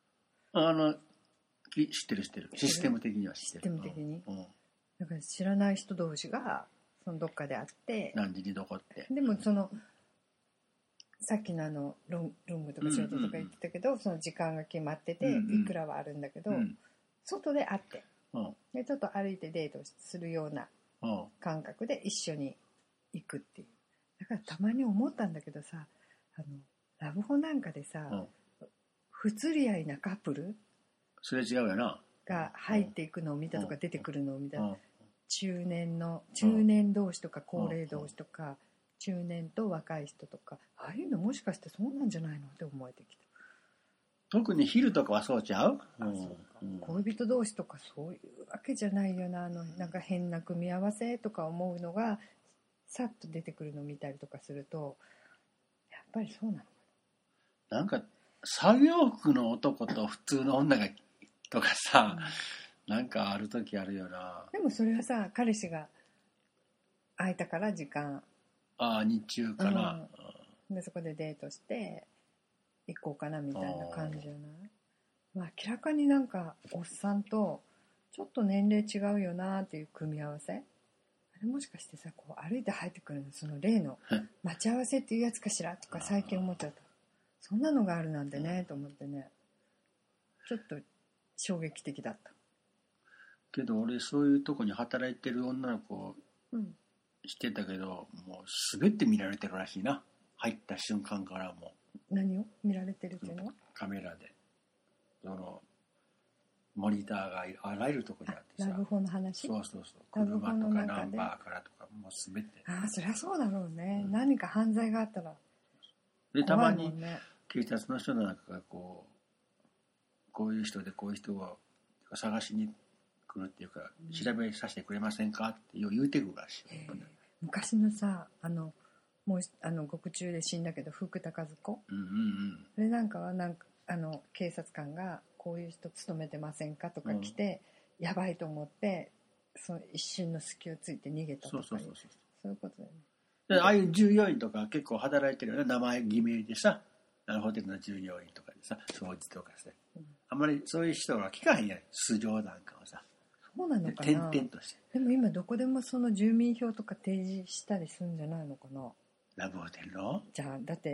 知ってる。システム的には知ってる。 システム的に。だから知らない人同士がそのどっかで会って、 何時にどこって。 でもそのさっきのロングとかショートとか言ってたけど、その時間が決まってて、いくらはあるんだけど、外で会って、でちょっと歩いてデートするような感覚で一緒に行くっていう。だからたまに思ったんだけどさ、ラブホなんかでさ、不釣り合いなカップルそれ違うよなが入っていくのを見たとか出てくるのを見た、中年同士とか高齢同士とか、中年と若い人とか、ああいうのもしかしてそうなんじゃないのって思えてきた。 特に昼とかはそうちゃう？ 恋人同士とかそういうわけじゃないよな。なんか変な組み合わせとか思うのがさっと出てくるのを見たりとかすると、やっぱりそうなのかな。なんか作業服の男と普通の女がとかさ、なんかある時あるよな。 でもそれはさ、彼氏が空いたから時間、 日中かな、 でそこでデートして行こうかなみたいな感じじゃない？まあ、明らかになんかおっさんとちょっと年齢違うよなっていう組み合わせ、あれもしかしてさ、こう歩いて入ってくるのその例の待ち合わせっていうやつかしらとか最近思っちゃった。そんなのがあるなんてねと思ってね、ちょっと衝撃的だった。 けど俺そういうとこに働いてる女の子してたけど、もう全て見られてるらしいな。入った瞬間からもう。何を見られてるっていうのは？ カメラでそのモニターがあらゆるとこにあってさ。 ラブホの話？ そう車とかナンバーからとかもう全て。 そりゃそうだろうね、何か犯罪があったらでたまに警察の人なんかがこういう人でこういう人を探しに来るっていうか、調べさせてくれませんかって言うてくるらしい。 昔のさ、もう獄中で死んだけど福田和子、それなんかはなんか警察官がこういう人勤めてませんかとか来て、やばいと思ってその一瞬の隙をついて逃げたとか、そういうことだよね。 ああいう従業員とか結構働いてるよね、名前偽名でさ、ホテルの従業員とかでさ、掃除とかして、あんまりそういう人は聞かへんやん、素性なんかはさ。 そうなのかな。 点々として。 でも今どこでもその住民票とか提示したりするんじゃないのかな。 ラブホテルの？ じゃあだって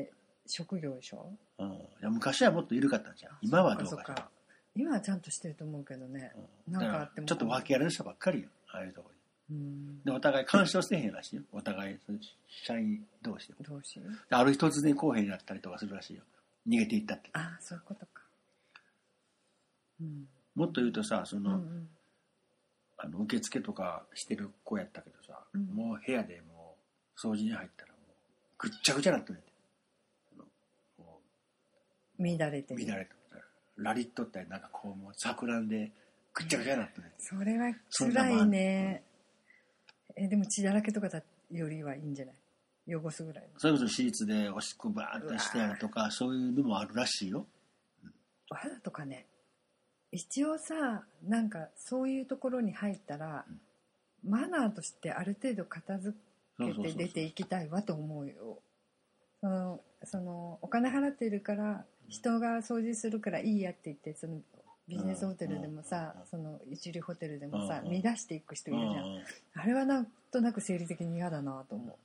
職業でしょ。 いや昔はもっと緩かったんじゃん。今はどうかしら。 今はちゃんとしてると思うけどね。なんかあってもちょっと訳ありの人ばっかりよ、ああいうところに。でお互い干渉してへんらしいよ。お互い社員同士でも。ある日突然公平になったりとかするらしいよ。逃げていったって。 ああ、そういうことか。 もっと言うとさ、その、受付とかしてる子やったけどさ、もう部屋でもう掃除に入ったらもうぐっちゃぐちゃなってね。 乱れてる。 ラリットってなんかこうもう錯乱でぐっちゃぐちゃになってね。 それは辛いね。でも血だらけとかよりはいいんじゃない？汚すぐらい。 それこそシーツでおしっこバーってしてやるとか、そういうのもあるらしいよ。 わざとかね。一応さ、なんかそういうところに入ったら、マナーとしてある程度片付けて出ていきたいわと思うよ。そのお金払ってるから人が掃除するからいいやって言って、そのビジネスホテルでもさ、その一流ホテルでもさ、乱していく人いるじゃん。あれはなんとなく生理的に嫌だなと思う。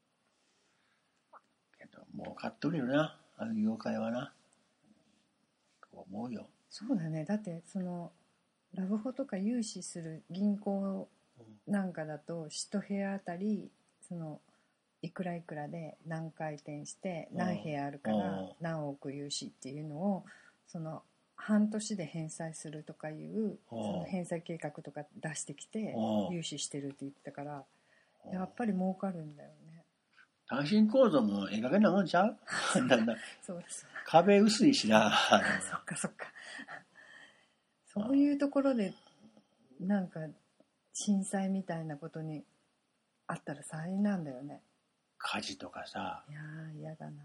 けどもう買っとるよな、あの業界はな。と思うよ。 そうだね。だってそのラブホとか融資する銀行なんかだと1部屋あたりそのいくらいくらで何回転して何部屋あるから何億融資っていうのをその半年で返済するとかいうその返済計画とか出してきて融資してるって言ってたから、やっぱり儲かるんだよね。 単身構造もええ加減なもんちゃう？ そうです。 壁薄いしな。 そっかそっか。そういうところでなんか震災みたいなことにあったら大変なんだよね。 火事とかさ。 いやー嫌だな。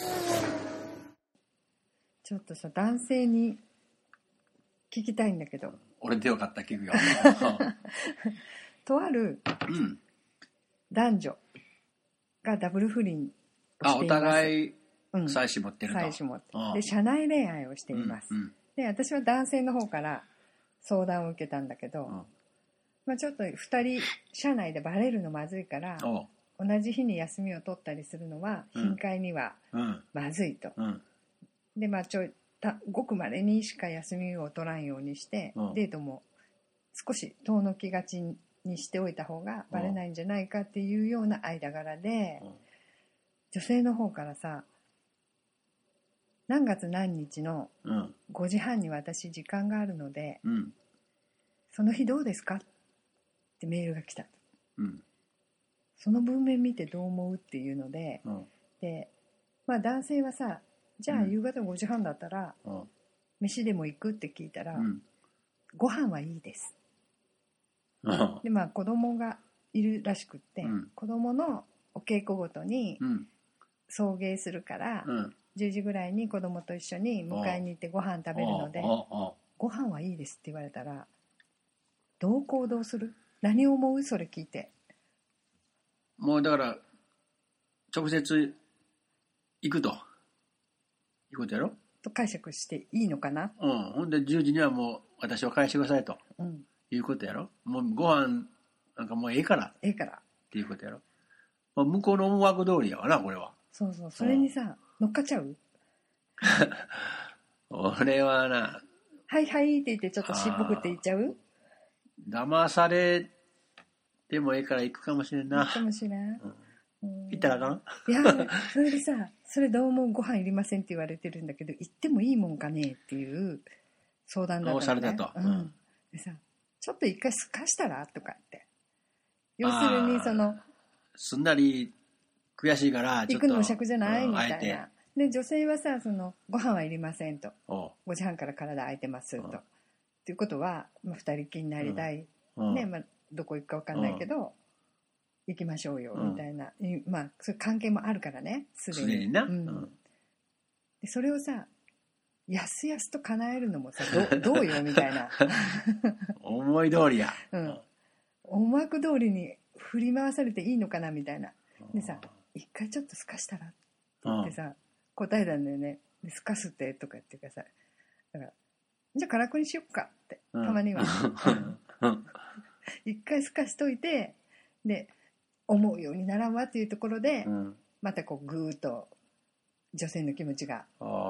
ちょっとさ、男性に聞きたいんだけど。 俺でよかった聞くよ。 とある男女がダブル不倫をしています。 お互い妻子持ってると。 妻子持ってる。で、社内恋愛をしています。で、私は男性の方から相談を受けたんだけど、まあ、ちょっと2人社内でバレるのまずいから同じ日に休みを取ったりするのは頻回にはまずいと。で、まあごくまれにしか休みを取らんようにしてデートも少し遠のきがちにしておいた方がバレないんじゃないかっていうような間柄で、女性の方からさ、何月何日の5時半に私時間があるので、その日どうですかってメールが来た。その文面見てどう思うっていうので、で、まあ男性はさ、じゃあ夕方5時半だったら飯でも行くって聞いたら、ご飯はいいです。で、まあ子供がいるらしくって、子供のお稽古ごとに送迎するから、10時ぐらいに子供と一緒に迎えに行ってご飯食べるので、ご飯はいいですって言われたらどう行動する？何を思う？それ聞いて。 もうだから直接行くということやろと解釈していいのかな。 ほんで10時にはもう私を返してくださいと、いうことやろ。もうご飯なんかもうええからっていうことやろ。まあ、向こうの思惑通りやわなこれは。 そうそう、それにさ、乗っかっちゃう？ 俺はな、 はいはいって言ってちょっとしっぽくって言っちゃう？ 騙されてもええから行くかもしれんな。 行くかもしれん。 行ったらあかん？ いや、それでさ、それどうもご飯いりませんって言われてるんだけど、行ってもいいもんかねっていう相談だったのね。 されたと。 でさ、ちょっと一回すかしたらとかって。要するにそのすんなり悔しいからちょっと行くのも尺じゃないみたいな。で女性はさ、そのご飯はいりませんと、5時半から体空いてますと、っていうことは、まあ、2人きりになりたい、ね、まあ、どこ行くか分かんないけど、行きましょうよみたいな、まあそういう関係もあるからね、すでにな、でそれをさやすやすと叶えるのもさ どうよみたいな思い通りや、 思惑通りに振り回されていいのかなみたいな。でさ、一回ちょっとすかしたらって言ってさ、答えたんだよね。ですかすってとか言ってください。だからじゃあ空っこにしよっかって、たまには一回すかしといて、で思うようにならんわっていうところで、またこうぐーっと女性の気持ちが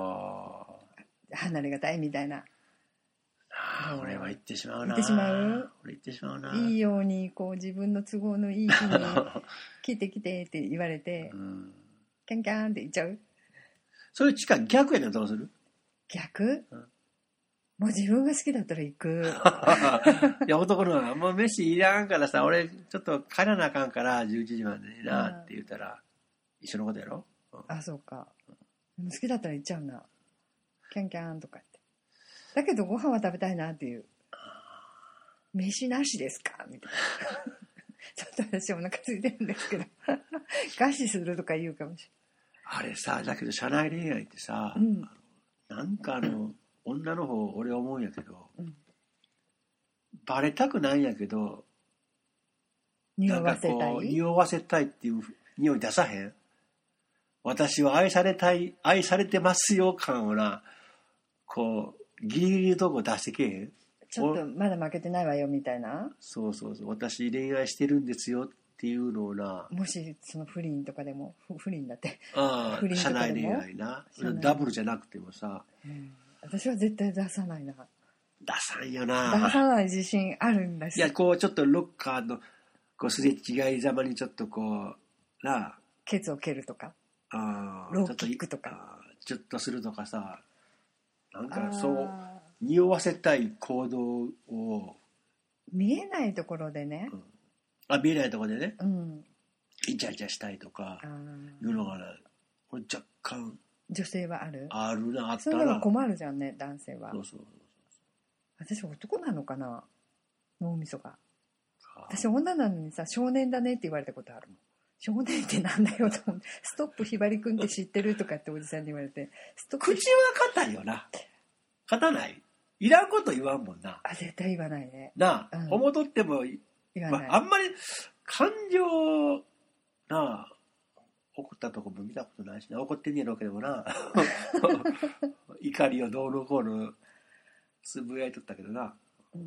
離れがたいみたいな。 俺は言ってしまうな。 言ってしまう。 俺言ってしまうな。 いいようにこう自分の都合のいい日に来て来てって言われて、キャンキャンって言っちゃう。 そういう近い逆やったらどうする？ 逆？もう自分が好きだったら行く。 いや、男の子もう飯いらんからさ、俺ちょっと帰らなあかんから11時までになって言ったら、一緒のことやろ？ あ、そうか。好きだったら行っちゃうな。キャンキャンとかって。だけどご飯は食べたいなっていう。飯なしですかみたいな。ちょっと私お腹空いてるんですけど。餓死するとか言うかもしれない。あれさ、だけど社内恋愛ってさ、なんか女の方、俺思うんやけど、バレたくないんやけど、 匂わせたい？ 匂わせたいっていう匂い出さへん？私は愛されたい、愛されてますよ感をな、こう、ギリギリのとこ出してけへん？ ちょっとまだ負けてないわよみたいな。 そうそうそう、私恋愛してるんですよっていうのをな。 もしその不倫とかでも、不倫だって。 不倫とかでも社内恋愛な。ダブルじゃなくてもさ。 私は絶対出さないな。 出さんよな。 出さない自信あるんだし。 いや、こうちょっとロッカーのこうすれ違いざまにちょっとこうな。 ケツを蹴るとか。ローキックとか。 ちょっとするとかさ。なんかそう匂わせたい行動を見えないところでね。 見えないところでね。イチャイチャしたいとかいうのがね、これ若干。 女性はある？ あるな、あったな。 それは困るじゃんね、男性は。 そうそう。 私男なのかな、脳みそが。私女なのにさ、少年だねって言われたことあるもん。少年ってなんだよと思って、ストップひばりくんって知ってるとかっておじさんに言われて、ストップ。 口は硬いよな。硬ない。いらんこと言わんもんな。 絶対言わないね。 なあ、思っとっても言わない。 あんまり感情なあ。怒ったとこも見たことないしな。怒ってんねやろうけどもな。怒りをどうのこうのつぶやいとったけどな。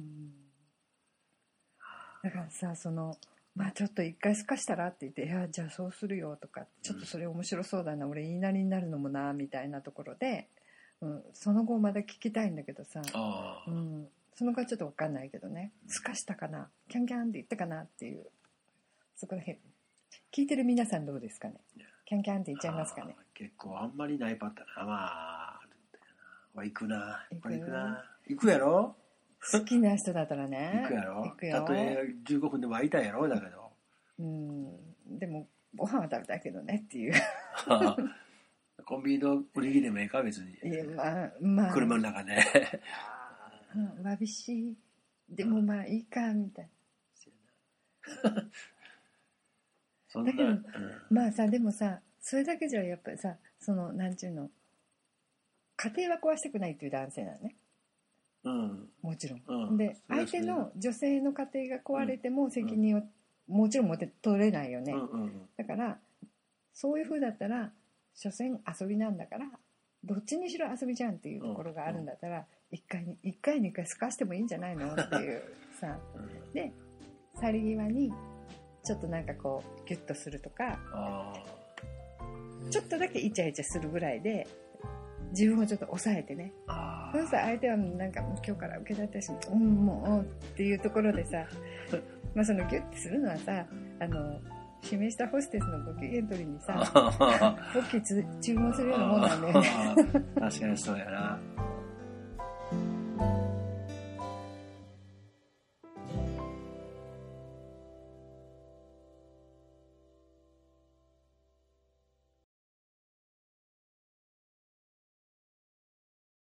だからさ、まあちょっと一回すかしたらって言って、いやじゃあそうするよとか、ちょっとそれ面白そうだな、俺言いなりになるのもなみたいなところで、その後まだ聞きたいんだけどさ、その後はちょっと分かんないけどね、すかしたかな、キャンキャンって言ったかなっていう、そこら辺聞いてる皆さんどうですかね。キャンキャンって言っちゃいますかね。 結構あんまりないパターンな。まあ行くな。行くやろ。 好きな人だったらね。 行くやろ。たとえ15分でも会いたいやろ。だけど。 でもご飯は食べたいけどねっていう。 コンビニの売り切りでもええか別に。 いやまあ車の中で。 わびしい。でもまあいいかみたいな。だけど、まあさ、でもさ、それだけじゃやっぱりさ、なんちゅうの、家庭は壊したくないっていう男性なのね。もちろん。で、相手の女性の家庭が壊れても責任をもちろん取れないよね。だから、そういう風だったら、所詮遊びなんだから、どっちにしろ遊びじゃんっていうところがあるんだったら、一回に一回すかしてもいいんじゃないのっていうさ。で、去り際に、ちょっとなんかこうギュッとするとか、ちょっとだけイチャイチャするぐらいで自分をちょっと抑えてね。そうしたら相手はなんかもう今日から受け取ったし、もうっていうところでさ、まあそのギュッてするのはさ、指名したホステスのご機嫌取りにさ、ポッキー注文するようなもんなんだよね。 確かにそうやな。